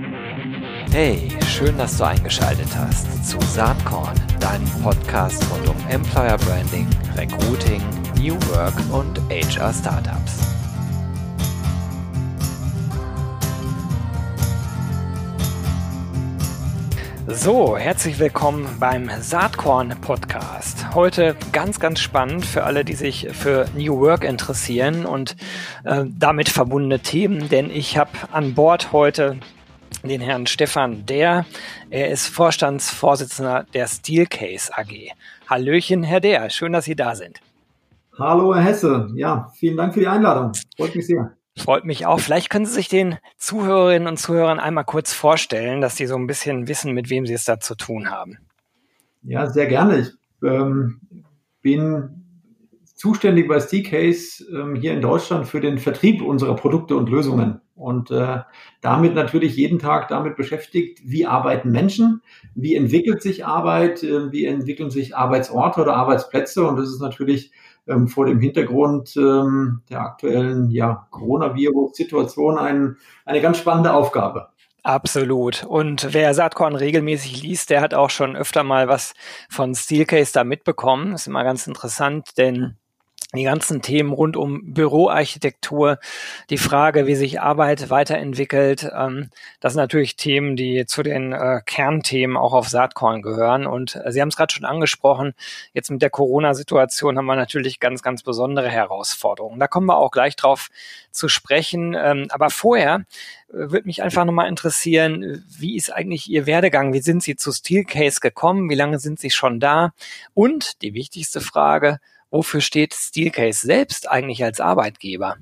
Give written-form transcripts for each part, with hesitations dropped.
Hey, schön, dass du eingeschaltet hast zu Saatkorn, deinem Podcast rund um Employer Branding, Recruiting, New Work und HR Startups. So, herzlich willkommen beim Saatkorn-Podcast. Heute ganz, ganz spannend für alle, die sich für New Work interessieren und damit verbundene Themen, denn ich habe an Bord heute den Herrn Stefan Dehr. Er ist Vorstandsvorsitzender der Steelcase AG. Hallöchen, Herr Dehr, schön, dass Sie da sind. Hallo, Herr Hesse. Ja, vielen Dank für die Einladung. Freut mich sehr. Freut mich auch. Vielleicht können Sie sich den Zuhörerinnen und Zuhörern einmal kurz vorstellen, dass Sie so ein bisschen wissen, mit wem Sie es da zu tun haben. Ja, sehr gerne. Ich bin zuständig bei Steelcase hier in Deutschland für den Vertrieb unserer Produkte und Lösungen und damit natürlich jeden Tag damit beschäftigt, wie arbeiten Menschen, wie entwickelt sich Arbeit, wie entwickeln sich Arbeitsorte oder Arbeitsplätze, und das ist natürlich vor dem Hintergrund der aktuellen Coronavirus-Situation eine ganz spannende Aufgabe. Absolut. Und wer Saatkorn regelmäßig liest, der hat auch schon öfter mal was von Steelcase da mitbekommen. Das ist immer ganz interessant, denn die ganzen Themen rund um Büroarchitektur, die Frage, wie sich Arbeit weiterentwickelt, das sind natürlich Themen, die zu den Kernthemen auch auf Saatkorn gehören. Und Sie haben es gerade schon angesprochen, jetzt mit der Corona-Situation haben wir natürlich ganz, ganz besondere Herausforderungen. Da kommen wir auch gleich drauf zu sprechen. Aber vorher würde mich einfach nochmal interessieren, wie ist eigentlich Ihr Werdegang? Wie sind Sie zu Steelcase gekommen? Wie lange sind Sie schon da? Und die wichtigste Frage: Wofür steht Steelcase selbst eigentlich als Arbeitgeber?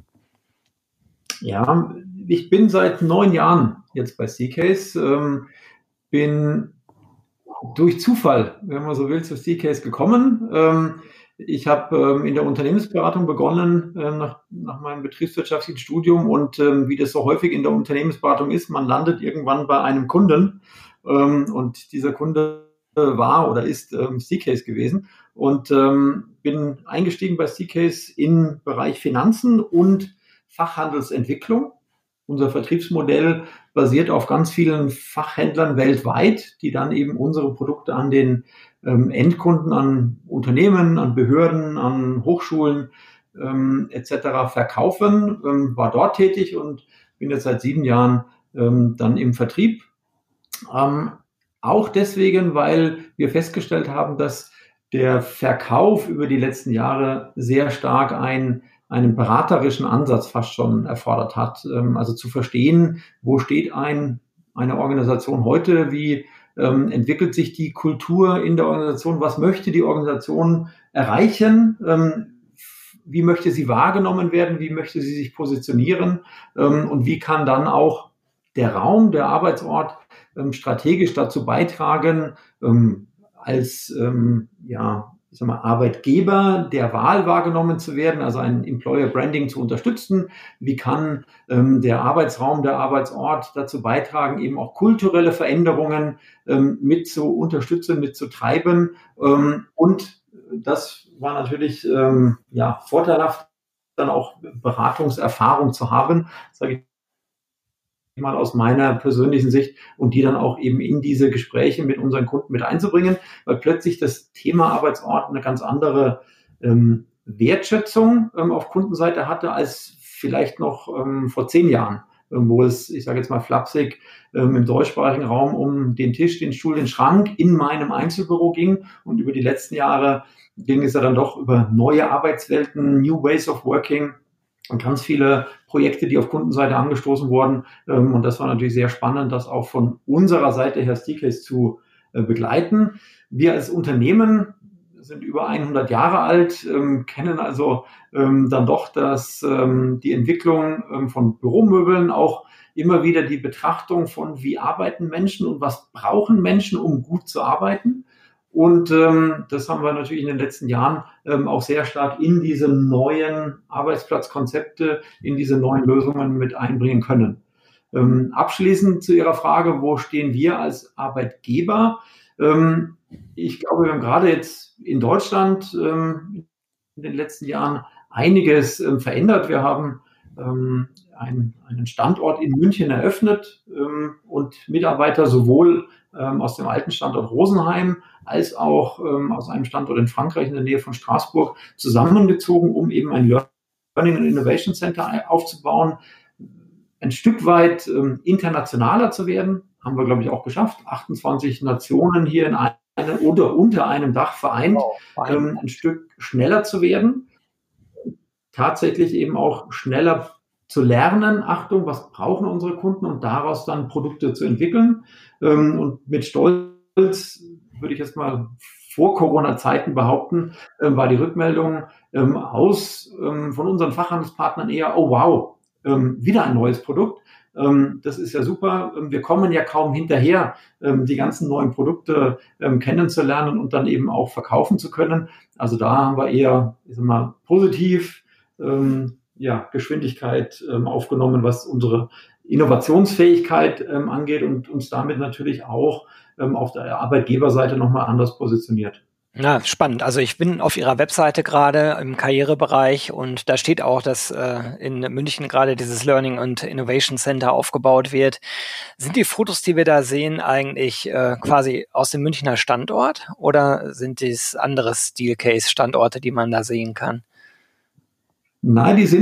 Ja, ich bin seit 9 Jahren jetzt bei Steelcase, bin durch Zufall, wenn man so will, zu Steelcase gekommen. Ich habe in der Unternehmensberatung begonnen nach meinem betriebswirtschaftlichen Studium, und wie das so häufig in der Unternehmensberatung ist, man landet irgendwann bei einem Kunden, und dieser Kunde war oder ist Steelcase gewesen, und bin eingestiegen bei Steelcase im Bereich Finanzen und Fachhandelsentwicklung. Unser Vertriebsmodell basiert auf ganz vielen Fachhändlern weltweit, die dann eben unsere Produkte an den Endkunden, an Unternehmen, an Behörden, an Hochschulen etc. verkaufen. War dort tätig und bin jetzt seit 7 Jahren dann im Vertrieb. Auch deswegen, weil wir festgestellt haben, dass der Verkauf über die letzten Jahre sehr stark einen beraterischen Ansatz fast schon erfordert hat. Also zu verstehen, wo steht eine Organisation heute, wie entwickelt sich die Kultur in der Organisation, was möchte die Organisation erreichen, wie möchte sie wahrgenommen werden, wie möchte sie sich positionieren, und wie kann dann auch der Raum, der Arbeitsort strategisch dazu beitragen, als Arbeitgeber der Wahl wahrgenommen zu werden, also ein Employer Branding zu unterstützen. Wie kann der Arbeitsraum, der Arbeitsort dazu beitragen, eben auch kulturelle Veränderungen mit zu unterstützen, mit zu treiben. Und das war natürlich vorteilhaft, dann auch Beratungserfahrung zu haben, sage ich mal aus meiner persönlichen Sicht, und die dann auch eben in diese Gespräche mit unseren Kunden mit einzubringen, weil plötzlich das Thema Arbeitsort eine ganz andere Wertschätzung auf Kundenseite hatte als vielleicht noch vor 10 Jahren, wo es, ich sage jetzt mal flapsig, im deutschsprachigen Raum um den Tisch, den Stuhl, den Schrank in meinem Einzelbüro ging, und über die letzten Jahre ging es ja dann doch über neue Arbeitswelten, New Ways of Working, und ganz viele Projekte, die auf Kundenseite angestoßen wurden. Und das war natürlich sehr spannend, das auch von unserer Seite her Steelcase zu begleiten. Wir als Unternehmen sind über 100 Jahre alt, kennen also dann doch die Entwicklung von Büromöbeln, auch immer wieder die Betrachtung von, wie arbeiten Menschen und was brauchen Menschen, um gut zu arbeiten. Und das haben wir natürlich in den letzten Jahren auch sehr stark in diese neuen Arbeitsplatzkonzepte, in diese neuen Lösungen mit einbringen können. Abschließend zu Ihrer Frage, wo stehen wir als Arbeitgeber? Ich glaube, wir haben gerade jetzt in Deutschland in den letzten Jahren einiges verändert. Wir haben einen Standort in München eröffnet und und Mitarbeiter sowohl aus dem alten Standort Rosenheim als auch aus einem Standort in Frankreich in der Nähe von Straßburg zusammengezogen, um eben ein Learning and Innovation Center aufzubauen, ein Stück weit internationaler zu werden. Haben wir, glaube ich, auch geschafft. 28 Nationen hier in einem oder unter einem Dach vereint, ein Stück schneller zu werden. Tatsächlich eben auch schneller zu lernen, Achtung, was brauchen unsere Kunden und daraus dann Produkte zu entwickeln. Und mit Stolz würde ich jetzt mal vor Corona-Zeiten behaupten, war die Rückmeldung von unseren Fachhandelspartnern eher, oh wow, wieder ein neues Produkt. Das ist ja super. Wir kommen ja kaum hinterher, die ganzen neuen Produkte kennenzulernen und dann eben auch verkaufen zu können. Also da haben wir eher, ich sag mal, positiv Geschwindigkeit aufgenommen, was unsere Innovationsfähigkeit angeht und uns damit natürlich auch auf der Arbeitgeberseite nochmal anders positioniert. Ja, spannend. Also ich bin auf Ihrer Webseite gerade im Karrierebereich und da steht auch, dass in München gerade dieses Learning and Innovation Center aufgebaut wird. Sind die Fotos, die wir da sehen, eigentlich quasi aus dem Münchner Standort oder sind dies andere Steelcase-Standorte, die man da sehen kann? Nein, die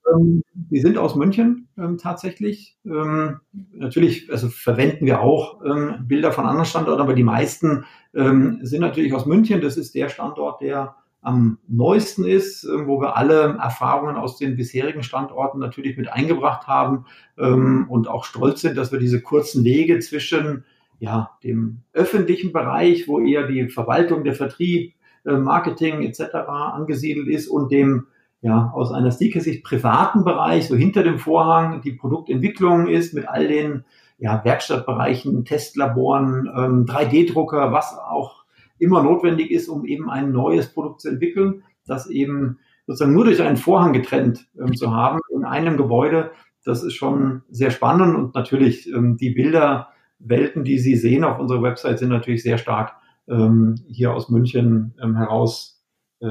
sind aus München tatsächlich. Natürlich, also verwenden wir auch Bilder von anderen Standorten, aber die meisten sind natürlich aus München. Das ist der Standort, der am neuesten ist, wo wir alle Erfahrungen aus den bisherigen Standorten natürlich mit eingebracht haben und auch stolz sind, dass wir diese kurzen Wege zwischen dem öffentlichen Bereich, wo eher die Verwaltung, der Vertrieb, Marketing etc. angesiedelt ist und dem aus einer Steelcase-Sicht privaten Bereich, so hinter dem Vorhang, die Produktentwicklung ist mit all den Werkstattbereichen, Testlaboren, 3D-Drucker, was auch immer notwendig ist, um eben ein neues Produkt zu entwickeln, das eben sozusagen nur durch einen Vorhang getrennt zu haben in einem Gebäude. Das ist schon sehr spannend und natürlich die Bilderwelten, die Sie sehen auf unserer Website, sind natürlich sehr stark hier aus München heraus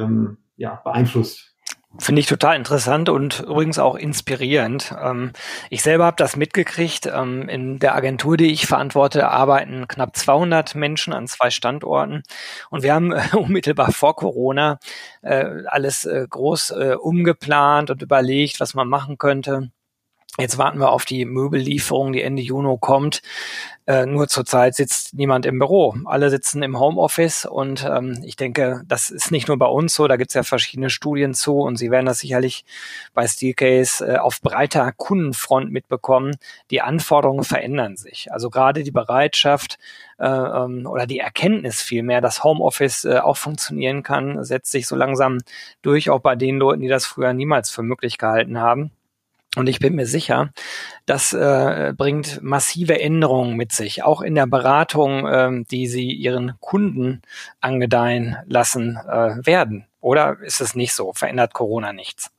beeinflusst. Finde ich total interessant und übrigens auch inspirierend. Ich selber habe das mitgekriegt. In der Agentur, die ich verantworte, arbeiten knapp 200 Menschen an 2 Standorten. Und wir haben unmittelbar vor Corona alles groß umgeplant und überlegt, was man machen könnte. Jetzt warten wir auf die Möbellieferung, die Ende Juni kommt. Nur zurzeit sitzt niemand im Büro. Alle sitzen im Homeoffice und ich denke, das ist nicht nur bei uns so, da gibt es ja verschiedene Studien zu und Sie werden das sicherlich bei Steelcase auf breiter Kundenfront mitbekommen. Die Anforderungen verändern sich. Also gerade die Bereitschaft oder die Erkenntnis vielmehr, dass Homeoffice auch funktionieren kann, setzt sich so langsam durch, auch bei den Leuten, die das früher niemals für möglich gehalten haben. Und ich bin mir sicher, das bringt massive Änderungen mit sich, auch in der Beratung, die Sie Ihren Kunden angedeihen lassen werden. Oder ist es nicht so? Verändert Corona nichts?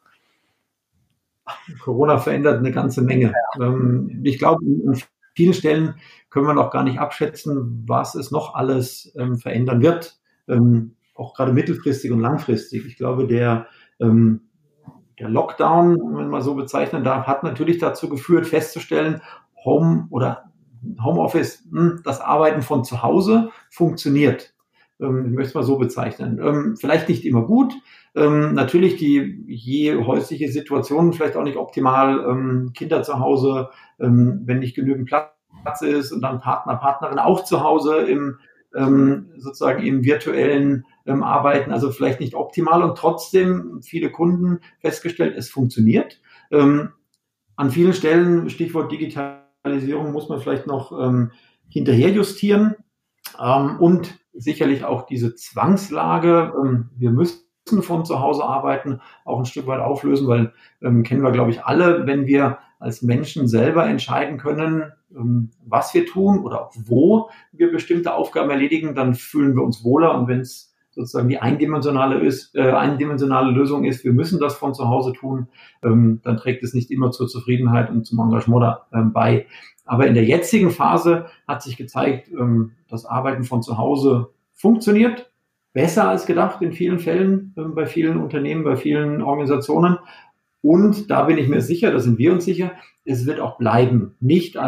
Corona verändert eine ganze Menge. Ja. Ich glaube, an vielen Stellen können wir noch gar nicht abschätzen, was es noch alles verändern wird, auch gerade mittelfristig und langfristig. Ich glaube, der Lockdown, wenn man so bezeichnen darf, hat natürlich dazu geführt, festzustellen, Homeoffice, das Arbeiten von zu Hause funktioniert. Ich möchte es mal so bezeichnen. Vielleicht nicht immer gut. Natürlich je häusliche Situationen vielleicht auch nicht optimal. Kinder zu Hause, wenn nicht genügend Platz ist und dann Partner, Partnerin auch zu Hause sozusagen im virtuellen Arbeiten, also vielleicht nicht optimal und trotzdem viele Kunden festgestellt, es funktioniert. An vielen Stellen, Stichwort Digitalisierung, muss man vielleicht noch hinterher justieren und sicherlich auch diese Zwangslage, wir müssen von zu Hause arbeiten, auch ein Stück weit auflösen, weil kennen wir, glaube ich, alle, wenn wir als Menschen selber entscheiden können, was wir tun oder auch wo wir bestimmte Aufgaben erledigen, dann fühlen wir uns wohler. Und wenn es sozusagen die eindimensionale Lösung ist, wir müssen das von zu Hause tun, dann trägt es nicht immer zur Zufriedenheit und zum Engagement bei. Aber in der jetzigen Phase hat sich gezeigt, das Arbeiten von zu Hause funktioniert, besser als gedacht in vielen Fällen, bei vielen Unternehmen, bei vielen Organisationen. Und da bin ich mir sicher, da sind wir uns sicher, es wird auch bleiben. Nicht als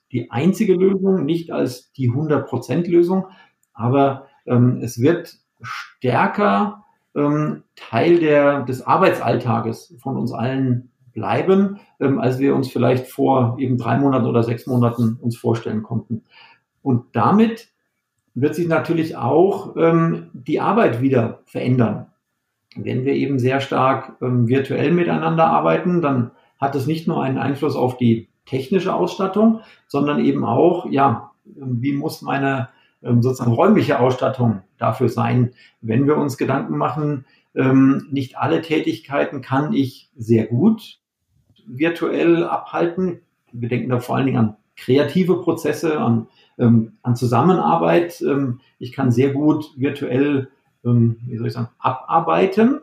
die einzige Lösung, nicht als die 100% Lösung, aber es wird stärker Teil des Arbeitsalltages von uns allen bleiben, als wir uns vielleicht vor eben 3 Monaten oder 6 Monaten uns vorstellen konnten. Und damit wird sich natürlich auch die Arbeit wieder verändern. Wenn wir eben sehr stark virtuell miteinander arbeiten, dann hat es nicht nur einen Einfluss auf die technische Ausstattung, sondern eben auch, ja, wie muss meine sozusagen räumliche Ausstattung dafür sein? Wenn wir uns Gedanken machen, nicht alle Tätigkeiten kann ich sehr gut virtuell abhalten. Wir denken da vor allen Dingen an kreative Prozesse, an Zusammenarbeit. Ich kann sehr gut virtuell, abarbeiten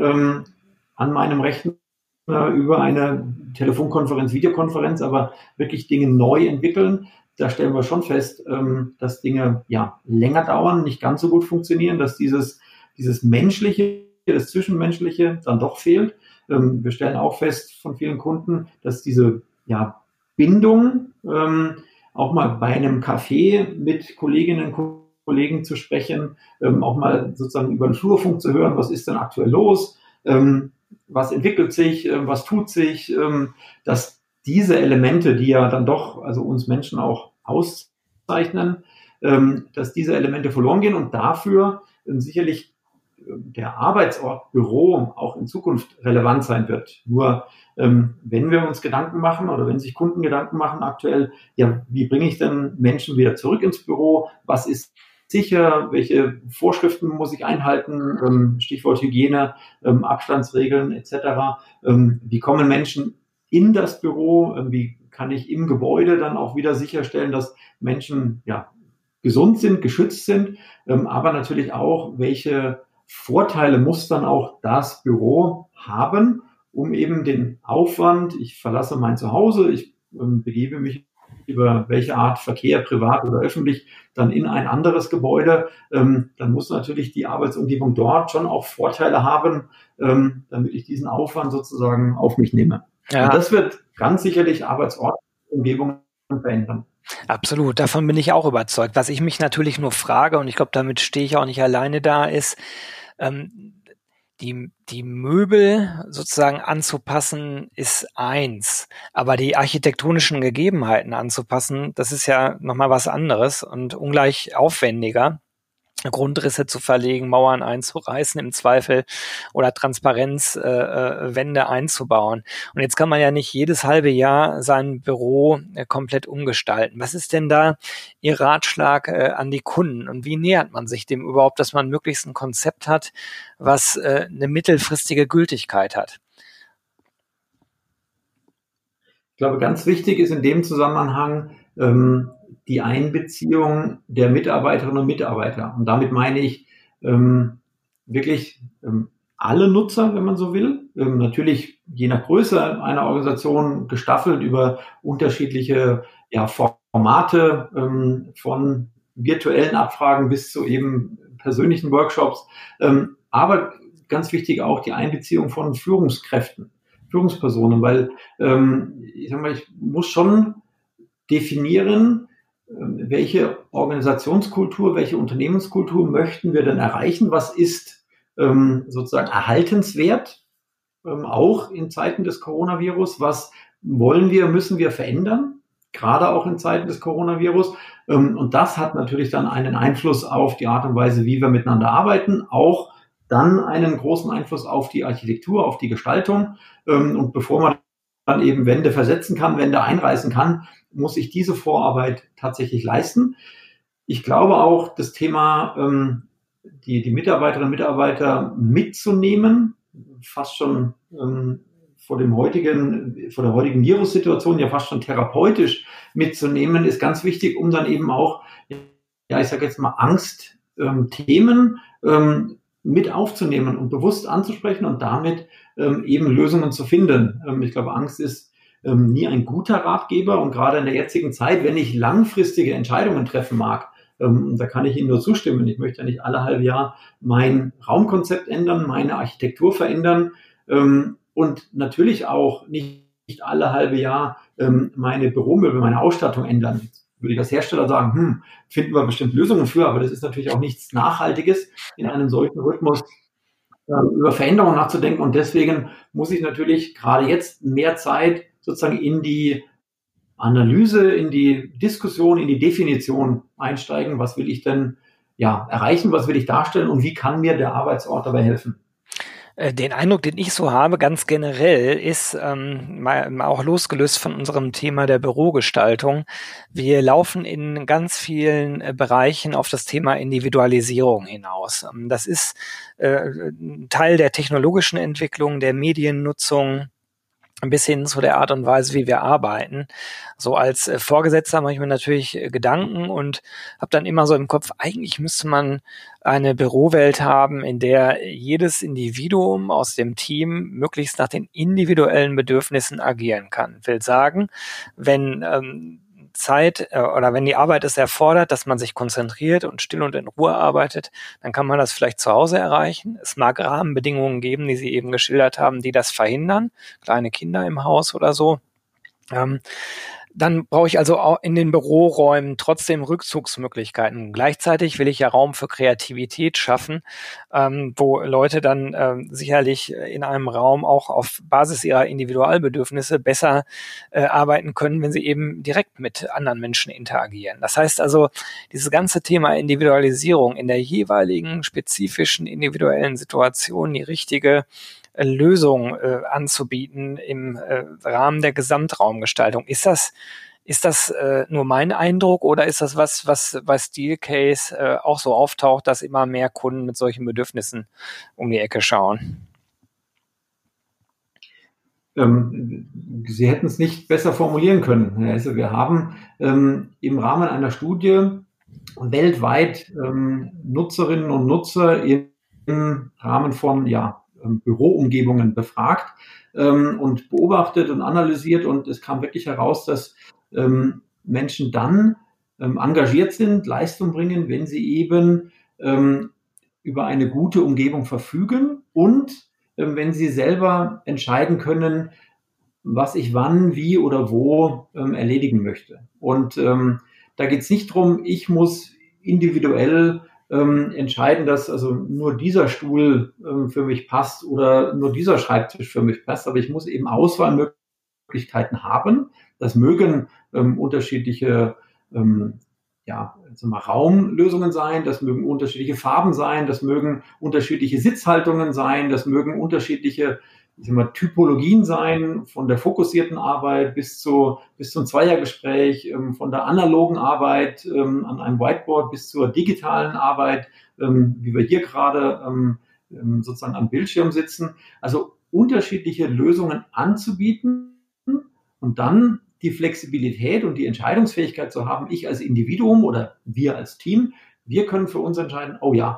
an meinem Rechner über eine Telefonkonferenz, Videokonferenz, aber wirklich Dinge neu entwickeln. Da stellen wir schon fest, dass Dinge länger dauern, nicht ganz so gut funktionieren, dass dieses Menschliche, das Zwischenmenschliche dann doch fehlt. Wir stellen auch fest von vielen Kunden, dass diese Bindung, auch mal bei einem Café mit Kolleginnen und Kollegen zu sprechen, auch mal sozusagen über den Flurfunk zu hören, was ist denn aktuell los, was entwickelt sich, was tut sich, dass diese Elemente, die ja dann doch also uns Menschen auch auszeichnen, dass diese Elemente verloren gehen und dafür sicherlich der Arbeitsort Büro auch in Zukunft relevant sein wird. Nur wenn wir uns Gedanken machen oder wenn sich Kunden Gedanken machen aktuell, wie bringe ich denn Menschen wieder zurück ins Büro? Was ist sicher? Welche Vorschriften muss ich einhalten? Stichwort Hygiene, Abstandsregeln etc. Wie kommen Menschen in das Büro? Wie kann ich im Gebäude dann auch wieder sicherstellen, dass Menschen gesund sind, geschützt sind, aber natürlich auch, welche Vorteile muss dann auch das Büro haben, um eben den Aufwand, ich verlasse mein Zuhause, ich begebe mich über welche Art Verkehr, privat oder öffentlich, dann in ein anderes Gebäude, dann muss natürlich die Arbeitsumgebung dort schon auch Vorteile haben, damit ich diesen Aufwand sozusagen auf mich nehme. Ja. Und das wird ganz sicherlich Arbeitsortumgebungen verändern. Absolut, davon bin ich auch überzeugt. Was ich mich natürlich nur frage, und ich glaube, damit stehe ich auch nicht alleine da, ist, die Möbel sozusagen anzupassen ist eins, aber die architektonischen Gegebenheiten anzupassen, das ist ja nochmal was anderes und ungleich aufwendiger. Grundrisse zu verlegen, Mauern einzureißen im Zweifel oder Transparenzwände einzubauen. Und jetzt kann man ja nicht jedes halbe Jahr sein Büro komplett umgestalten. Was ist denn da Ihr Ratschlag an die Kunden und wie nähert man sich dem überhaupt, dass man möglichst ein Konzept hat, was eine mittelfristige Gültigkeit hat? Ich glaube, ganz wichtig ist in dem Zusammenhang die Einbeziehung der Mitarbeiterinnen und Mitarbeiter. Und damit meine ich wirklich alle Nutzer, wenn man so will. Natürlich je nach Größe einer Organisation gestaffelt über unterschiedliche Formate von virtuellen Abfragen bis zu eben persönlichen Workshops. Aber ganz wichtig auch die Einbeziehung von Führungspersonen, weil ich muss schon definieren, welche Organisationskultur, welche Unternehmenskultur möchten wir denn erreichen? Was ist sozusagen erhaltenswert, auch in Zeiten des Coronavirus? Was müssen wir verändern, gerade auch in Zeiten des Coronavirus? Und das hat natürlich dann einen Einfluss auf die Art und Weise, wie wir miteinander arbeiten, auch dann einen großen Einfluss auf die Architektur, auf die Gestaltung. Und bevor man dann eben Wände versetzen kann, Wände einreißen kann, muss ich diese Vorarbeit tatsächlich leisten. Ich glaube auch, das Thema, die Mitarbeiterinnen und Mitarbeiter mitzunehmen, fast schon vor der heutigen Virussituation ja fast schon therapeutisch mitzunehmen, ist ganz wichtig, um dann eben auch, ich sage jetzt mal, Angstthemen mit aufzunehmen und bewusst anzusprechen und damit eben Lösungen zu finden. Ich glaube, Angst ist nie ein guter Ratgeber und gerade in der jetzigen Zeit, wenn ich langfristige Entscheidungen treffen mag, da kann ich Ihnen nur zustimmen. Ich möchte ja nicht alle halbe Jahr mein Raumkonzept ändern, meine Architektur verändern und natürlich auch nicht alle halbe Jahr meine Büromöbel, meine Ausstattung ändern. Jetzt würde ich als Hersteller sagen, finden wir bestimmt Lösungen für, aber das ist natürlich auch nichts Nachhaltiges in einem solchen Rhythmus über Veränderungen nachzudenken. Und deswegen muss ich natürlich gerade jetzt mehr Zeit sozusagen in die Analyse, in die Diskussion, in die Definition einsteigen. Was will ich denn erreichen? Was will ich darstellen? Und wie kann mir der Arbeitsort dabei helfen? Den Eindruck, den ich so habe, ganz generell, ist mal auch losgelöst von unserem Thema der Bürogestaltung. Wir laufen in ganz vielen Bereichen auf das Thema Individualisierung hinaus. Das ist Teil der technologischen Entwicklung, der Mediennutzung, bis hin zu der Art und Weise, wie wir arbeiten. So als Vorgesetzter mache ich mir natürlich Gedanken und habe dann immer so im Kopf, eigentlich müsste man eine Bürowelt haben, in der jedes Individuum aus dem Team möglichst nach den individuellen Bedürfnissen agieren kann. Will sagen, wenn Zeit oder wenn die Arbeit es erfordert, dass man sich konzentriert und still und in Ruhe arbeitet, dann kann man das vielleicht zu Hause erreichen. Es mag Rahmenbedingungen geben, die Sie eben geschildert haben, die das verhindern. Kleine Kinder im Haus oder so. Dann brauche ich also auch in den Büroräumen trotzdem Rückzugsmöglichkeiten. Gleichzeitig will ich ja Raum für Kreativität schaffen, wo Leute dann sicherlich in einem Raum auch auf Basis ihrer Individualbedürfnisse besser arbeiten können, wenn sie eben direkt mit anderen Menschen interagieren. Das heißt also, dieses ganze Thema Individualisierung in der jeweiligen spezifischen individuellen Situation, die richtige Lösung anzubieten im Rahmen der Gesamtraumgestaltung. Ist das nur mein Eindruck oder ist das was bei Steelcase auch so auftaucht, dass immer mehr Kunden mit solchen Bedürfnissen um die Ecke schauen? Sie hätten es nicht besser formulieren können. Also wir haben im Rahmen einer Studie weltweit Nutzerinnen und Nutzer im Rahmen von Büroumgebungen befragt und beobachtet und analysiert, und es kam wirklich heraus, dass Menschen dann engagiert sind, Leistung bringen, wenn sie eben über eine gute Umgebung verfügen und wenn sie selber entscheiden können, was ich wann, wie oder wo erledigen möchte. Und da geht es nicht darum, ich muss individuell entscheiden, dass also nur dieser Stuhl für mich passt oder nur dieser Schreibtisch für mich passt, aber ich muss eben Auswahlmöglichkeiten haben. Das mögen unterschiedliche Raumlösungen sein, das mögen unterschiedliche Farben sein, das mögen unterschiedliche Sitzhaltungen sein, das mögen unterschiedliche Typologien sein, von der fokussierten Arbeit bis zum Zweiergespräch, von der analogen Arbeit an einem Whiteboard bis zur digitalen Arbeit, wie wir hier gerade sozusagen am Bildschirm sitzen. Also unterschiedliche Lösungen anzubieten und dann die Flexibilität und die Entscheidungsfähigkeit zu haben, ich als Individuum oder wir als Team, wir können für uns entscheiden,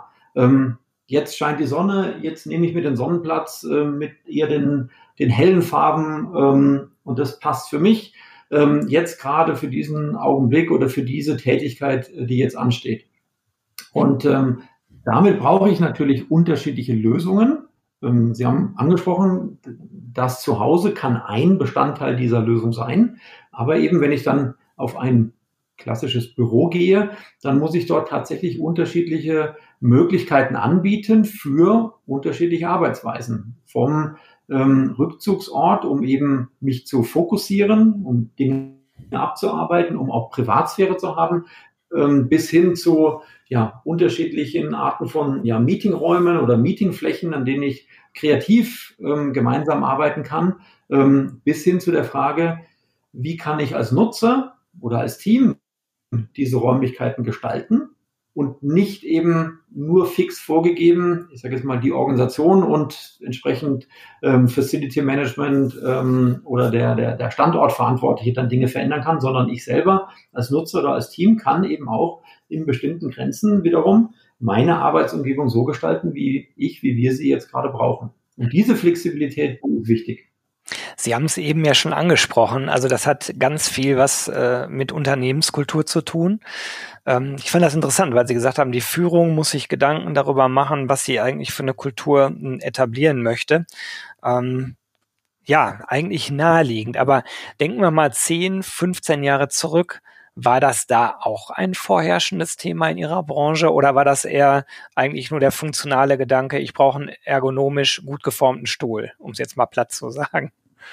jetzt scheint die Sonne, jetzt nehme ich mir den Sonnenplatz mit eher den hellen Farben und das passt für mich jetzt gerade für diesen Augenblick oder für diese Tätigkeit, die jetzt ansteht. Und damit brauche ich natürlich unterschiedliche Lösungen. Sie haben angesprochen, das Zuhause kann ein Bestandteil dieser Lösung sein, aber eben wenn ich dann auf ein klassisches Büro gehe, dann muss ich dort tatsächlich unterschiedliche Möglichkeiten anbieten für unterschiedliche Arbeitsweisen. Vom Rückzugsort, um eben mich zu fokussieren, um Dinge abzuarbeiten, um auch Privatsphäre zu haben, bis hin zu unterschiedlichen Arten von Meetingräumen oder Meetingflächen, an denen ich kreativ gemeinsam arbeiten kann, bis hin zu der Frage, wie kann ich als Nutzer oder als Team diese Räumlichkeiten gestalten und nicht eben nur fix vorgegeben, ich sage jetzt mal die Organisation und entsprechend Facility Management oder der Standortverantwortliche dann Dinge verändern kann, sondern ich selber als Nutzer oder als Team kann eben auch in bestimmten Grenzen wiederum meine Arbeitsumgebung so gestalten, wie wir sie jetzt gerade brauchen. Und diese Flexibilität ist wichtig. Sie haben es eben ja schon angesprochen. Also das hat ganz viel was mit Unternehmenskultur zu tun. Ich fand das interessant, weil Sie gesagt haben, die Führung muss sich Gedanken darüber machen, was sie eigentlich für eine Kultur etablieren möchte. Ja, eigentlich naheliegend, aber denken wir mal 10, 15 Jahre zurück. War das da auch ein vorherrschendes Thema in Ihrer Branche oder war das eher eigentlich nur der funktionale Gedanke, ich brauche einen ergonomisch gut geformten Stuhl, um es jetzt mal platt zu sagen?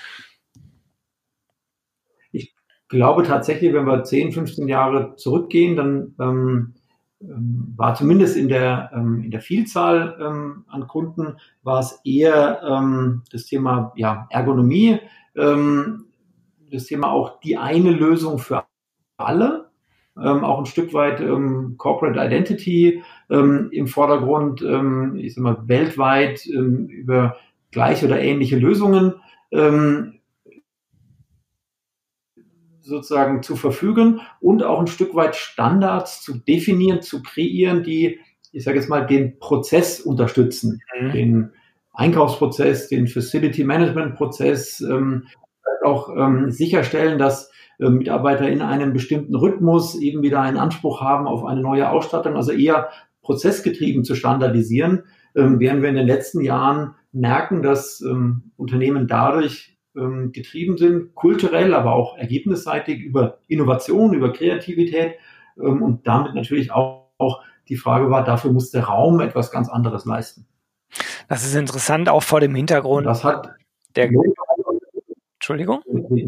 Ich glaube tatsächlich, wenn wir 10, 15 Jahre zurückgehen, dann war zumindest in der Vielzahl an Kunden, war es eher das Thema ja, Ergonomie, das Thema auch die eine Lösung für alle, auch ein Stück weit Corporate Identity im Vordergrund, ich sag mal, weltweit über gleiche oder ähnliche Lösungen sozusagen zu verfügen und auch ein Stück weit Standards zu definieren, zu kreieren, die, ich sage jetzt mal, den Prozess unterstützen, den Einkaufsprozess, den Facility Management Prozess, auch sicherstellen, dass Mitarbeiter in einem bestimmten Rhythmus eben wieder einen Anspruch haben auf eine neue Ausstattung, also eher prozessgetrieben zu standardisieren, während wir in den letzten Jahren merken, dass Unternehmen dadurch getrieben sind, kulturell, aber auch ergebnisseitig über Innovation, über Kreativität und damit natürlich auch die Frage war, dafür muss der Raum etwas ganz anderes leisten. Das ist interessant, auch vor dem Hintergrund das hat der... Entschuldigung?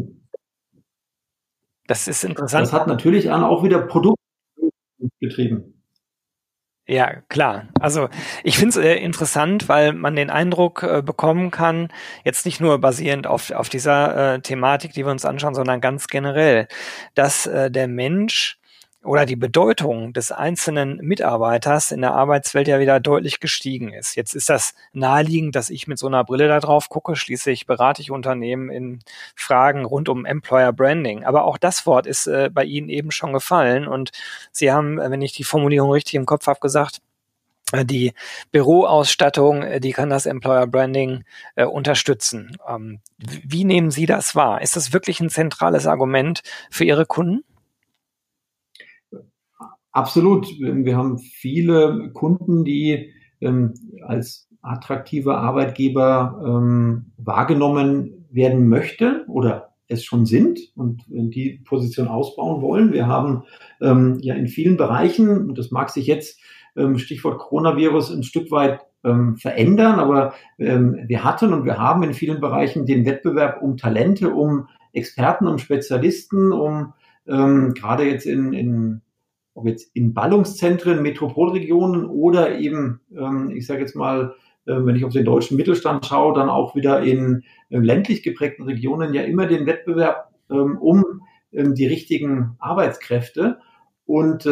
Das ist interessant. Das hat natürlich auch wieder Produkt getrieben. Ja, klar. Also ich finde es interessant, weil man den Eindruck bekommen kann, jetzt nicht nur basierend auf dieser Thematik, die wir uns anschauen, sondern ganz generell, dass der Mensch oder die Bedeutung des einzelnen Mitarbeiters in der Arbeitswelt ja wieder deutlich gestiegen ist. Jetzt ist das naheliegend, dass ich mit so einer Brille da drauf gucke. Schließlich berate ich Unternehmen in Fragen rund um Employer Branding. Aber auch das Wort ist bei Ihnen eben schon gefallen. Und Sie haben, wenn ich die Formulierung richtig im Kopf habe, gesagt, die Büroausstattung, die kann das Employer Branding unterstützen. Wie nehmen Sie das wahr? Ist das wirklich ein zentrales Argument für Ihre Kunden? Absolut. Wir haben viele Kunden, die als attraktive Arbeitgeber wahrgenommen werden möchte oder es schon sind und die Position ausbauen wollen. Wir haben ja in vielen Bereichen, und das mag sich jetzt Stichwort Coronavirus ein Stück weit verändern, aber wir hatten und wir haben in vielen Bereichen den Wettbewerb um Talente, um Experten, um Spezialisten, um gerade jetzt ob jetzt in Ballungszentren, Metropolregionen oder eben, ich sage jetzt mal, wenn ich auf den deutschen Mittelstand schaue, dann auch wieder in ländlich geprägten Regionen ja immer den Wettbewerb um die richtigen Arbeitskräfte. Und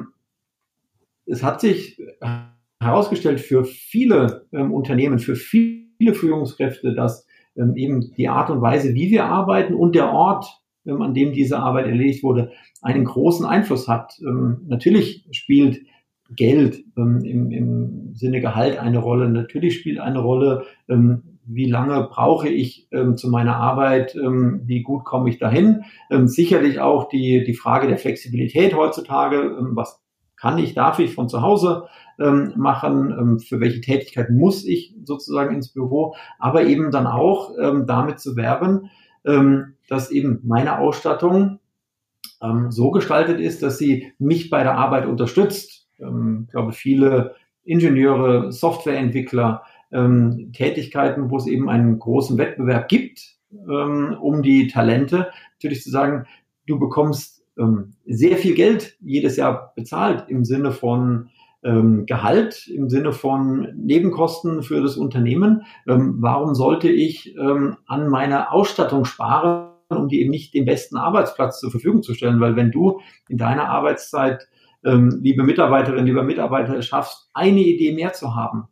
es hat sich herausgestellt für viele Unternehmen, für viele Führungskräfte, dass eben die Art und Weise, wie wir arbeiten und der Ort, an dem diese Arbeit erledigt wurde, einen großen Einfluss hat. Natürlich spielt Geld im Sinne Gehalt eine Rolle. Natürlich spielt eine Rolle, wie lange brauche ich zu meiner Arbeit, wie gut komme ich dahin. Sicherlich auch die Frage der Flexibilität heutzutage, was kann ich, darf ich von zu Hause machen, für welche Tätigkeiten muss ich sozusagen ins Büro, aber eben dann auch damit zu werben, dass eben meine Ausstattung so gestaltet ist, dass sie mich bei der Arbeit unterstützt. Ich glaube, viele Ingenieure, Softwareentwickler, Tätigkeiten, wo es eben einen großen Wettbewerb gibt, um die Talente, natürlich zu sagen, du bekommst sehr viel Geld jedes Jahr bezahlt im Sinne von Gehalt, im Sinne von Nebenkosten für das Unternehmen. Warum sollte ich an meiner Ausstattung sparen, um die eben nicht den besten Arbeitsplatz zur Verfügung zu stellen? Weil wenn du in deiner Arbeitszeit, liebe Mitarbeiterin, lieber Mitarbeiter, es schaffst, eine Idee mehr zu haben,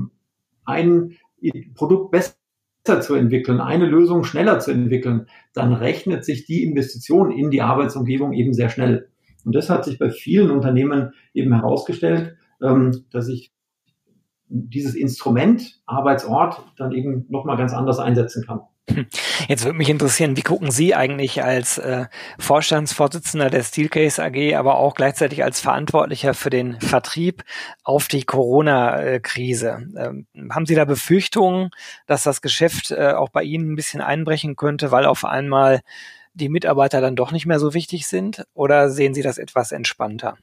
ein Produkt besser zu entwickeln, eine Lösung schneller zu entwickeln, dann rechnet sich die Investition in die Arbeitsumgebung eben sehr schnell. Und das hat sich bei vielen Unternehmen eben herausgestellt, dass ich dieses Instrument Arbeitsort dann eben nochmal ganz anders einsetzen kann. Jetzt würde mich interessieren, wie gucken Sie eigentlich als Vorstandsvorsitzender der Steelcase AG, aber auch gleichzeitig als Verantwortlicher für den Vertrieb auf die Corona-Krise? Haben Sie da Befürchtungen, dass das Geschäft auch bei Ihnen ein bisschen einbrechen könnte, weil auf einmal die Mitarbeiter dann doch nicht mehr so wichtig sind? Oder sehen Sie das etwas entspannter?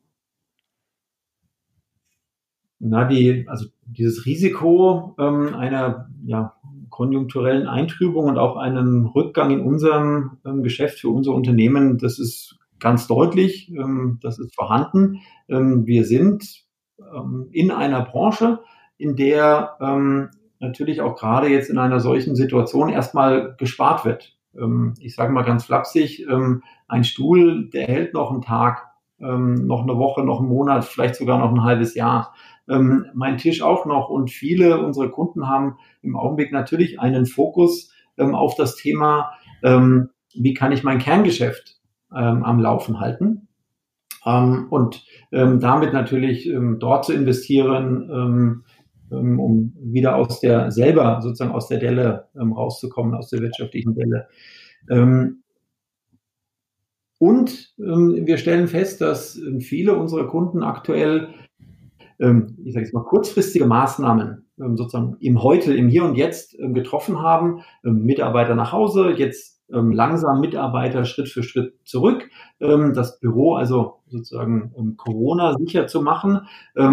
Also dieses Risiko einer konjunkturellen Eintrübung und auch einen Rückgang in unserem Geschäft für unser Unternehmen, das ist ganz deutlich, das ist vorhanden. Wir sind in einer Branche, in der natürlich auch gerade jetzt in einer solchen Situation erstmal gespart wird. Ich sage mal ganz flapsig, ein Stuhl, der hält noch einen Tag, noch eine Woche, noch einen Monat, vielleicht sogar noch ein halbes Jahr. Mein Tisch auch noch, und viele unserer Kunden haben im Augenblick natürlich einen Fokus auf das Thema, wie kann ich mein Kerngeschäft am Laufen halten, und damit natürlich dort zu investieren, um wieder sozusagen aus der Delle rauszukommen, aus der wirtschaftlichen Delle. Und wir stellen fest, dass viele unserer Kunden aktuell, ich sage jetzt mal, kurzfristige Maßnahmen sozusagen im Heute, im Hier und Jetzt getroffen haben. Mitarbeiter nach Hause, jetzt langsam Mitarbeiter Schritt für Schritt zurück, das Büro also sozusagen Corona sicher zu machen,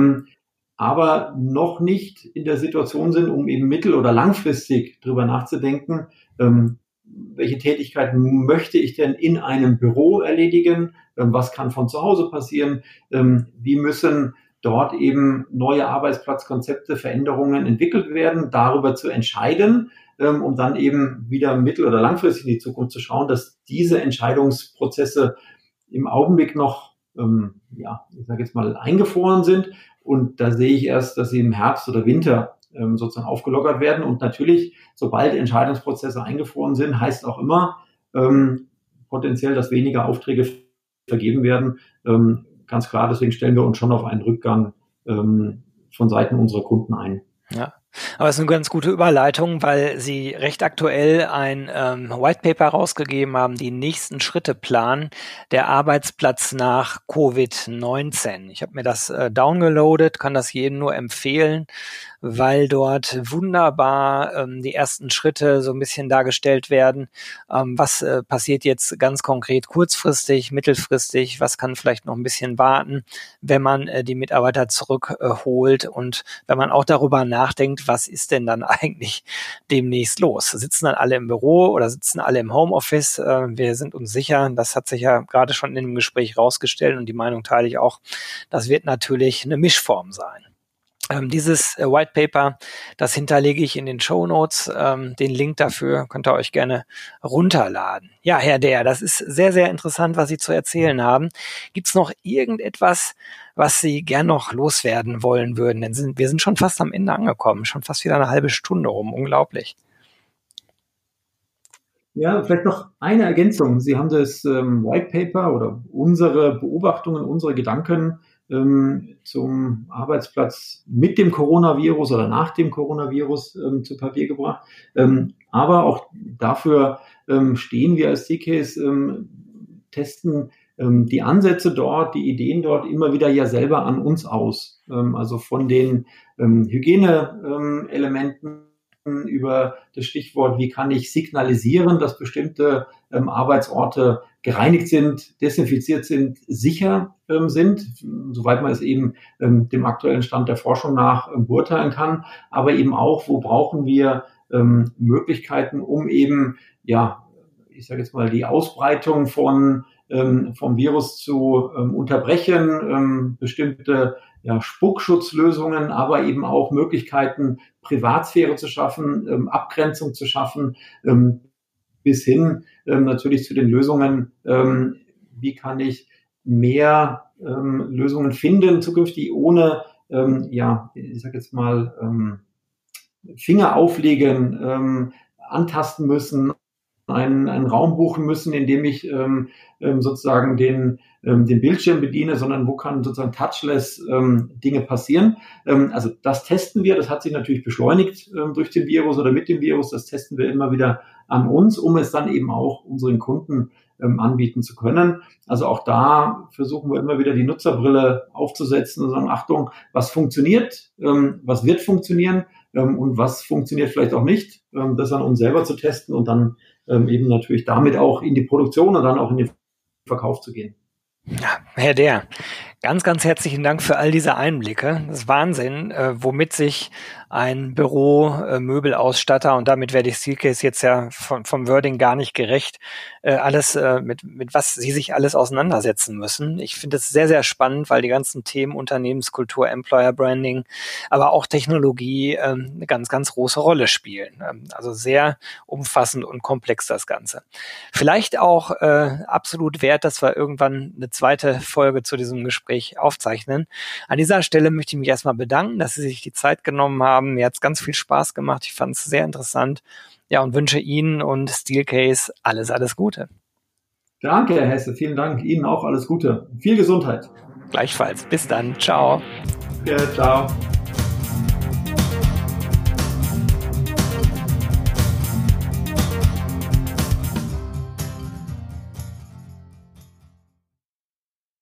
aber noch nicht in der Situation sind, um eben mittel- oder langfristig drüber nachzudenken, welche Tätigkeiten möchte ich denn in einem Büro erledigen, was kann von zu Hause passieren, wie müssen dort eben neue Arbeitsplatzkonzepte, Veränderungen entwickelt werden, darüber zu entscheiden, um dann eben wieder mittel- oder langfristig in die Zukunft zu schauen, dass diese Entscheidungsprozesse im Augenblick noch, ich sage jetzt mal, eingefroren sind. Und da sehe ich erst, dass sie im Herbst oder Winter sozusagen aufgelockert werden. Und natürlich, sobald Entscheidungsprozesse eingefroren sind, heißt auch immer potenziell, dass weniger Aufträge vergeben werden. Ganz klar, deswegen stellen wir uns schon auf einen Rückgang von Seiten unserer Kunden ein. Ja, aber es ist eine ganz gute Überleitung, weil Sie recht aktuell ein White Paper rausgegeben haben, die nächsten Schritte planen, der Arbeitsplatz nach Covid-19. Ich habe mir das downgeloadet, kann das jedem nur empfehlen, weil dort wunderbar die ersten Schritte so ein bisschen dargestellt werden. Was passiert jetzt ganz konkret kurzfristig, mittelfristig, was kann vielleicht noch ein bisschen warten, wenn man die Mitarbeiter zurückholt und wenn man auch darüber nachdenkt, was ist denn dann eigentlich demnächst los? Sitzen dann alle im Büro oder sitzen alle im Homeoffice? Wir sind uns sicher, das hat sich ja gerade schon in dem Gespräch rausgestellt und die Meinung teile ich auch, das wird natürlich eine Mischform sein. Dieses White Paper, das hinterlege ich in den Shownotes. Den Link dafür könnt ihr euch gerne runterladen. Ja, Herr Dehr, das ist sehr, sehr interessant, was Sie zu erzählen haben. Gibt es noch irgendetwas, was Sie gern noch loswerden wollen würden? Denn wir sind schon fast am Ende angekommen, schon fast wieder eine halbe Stunde rum. Unglaublich. Ja, vielleicht noch eine Ergänzung. Sie haben das White Paper oder unsere Beobachtungen, unsere Gedanken zum Arbeitsplatz mit dem Coronavirus oder nach dem Coronavirus zu Papier gebracht. Aber auch dafür stehen wir als Steelcase, testen die Ansätze dort, die Ideen dort immer wieder ja selber an uns aus. Also von den Hygieneelementen über das Stichwort, wie kann ich signalisieren, dass bestimmte Arbeitsorte gereinigt sind, desinfiziert sind, sicher sind, soweit man es eben dem aktuellen Stand der Forschung nach beurteilen kann, aber eben auch, wo brauchen wir Möglichkeiten, um eben, ich sage jetzt mal, die Ausbreitung vom Virus zu unterbrechen, bestimmte Spuckschutzlösungen, aber eben auch Möglichkeiten, Privatsphäre zu schaffen, Abgrenzung zu schaffen, bis hin natürlich zu den Lösungen, wie kann ich mehr Lösungen finden zukünftig, ohne, ich sage jetzt mal, Finger auflegen, antasten müssen, einen Raum buchen müssen, in dem ich sozusagen den Bildschirm bediene, sondern wo kann sozusagen touchless Dinge passieren. Also das testen wir, das hat sich natürlich beschleunigt durch den Virus oder mit dem Virus, das testen wir immer wieder an uns, um es dann eben auch unseren Kunden anbieten zu können. Also auch da versuchen wir immer wieder die Nutzerbrille aufzusetzen und sagen, Achtung, was funktioniert, was wird funktionieren und was funktioniert vielleicht auch nicht, das an uns selber zu testen und dann eben natürlich damit auch in die Produktion und dann auch in den Verkauf zu gehen. Ja, Herr Dehr, ganz, ganz herzlichen Dank für all diese Einblicke. Das ist Wahnsinn, womit sich ein Büro-Möbelausstatter, und damit werde ich Steelcase jetzt ja vom Wording gar nicht gerecht, alles mit was sie sich alles auseinandersetzen müssen. Ich finde es sehr, sehr spannend, weil die ganzen Themen Unternehmenskultur, Employer Branding, aber auch Technologie eine ganz, ganz große Rolle spielen. Also sehr umfassend und komplex das Ganze. Vielleicht auch absolut wert, dass wir irgendwann eine zweite Folge zu diesem Gespräch aufzeichnen. An dieser Stelle möchte ich mich erstmal bedanken, dass Sie sich die Zeit genommen haben. Mir hat es ganz viel Spaß gemacht. Ich fand es sehr interessant. Ja, und wünsche Ihnen und Steelcase alles, alles Gute. Danke, Herr Hesse. Vielen Dank. Ihnen auch alles Gute. Viel Gesundheit. Gleichfalls. Bis dann. Ciao. Ja, ciao.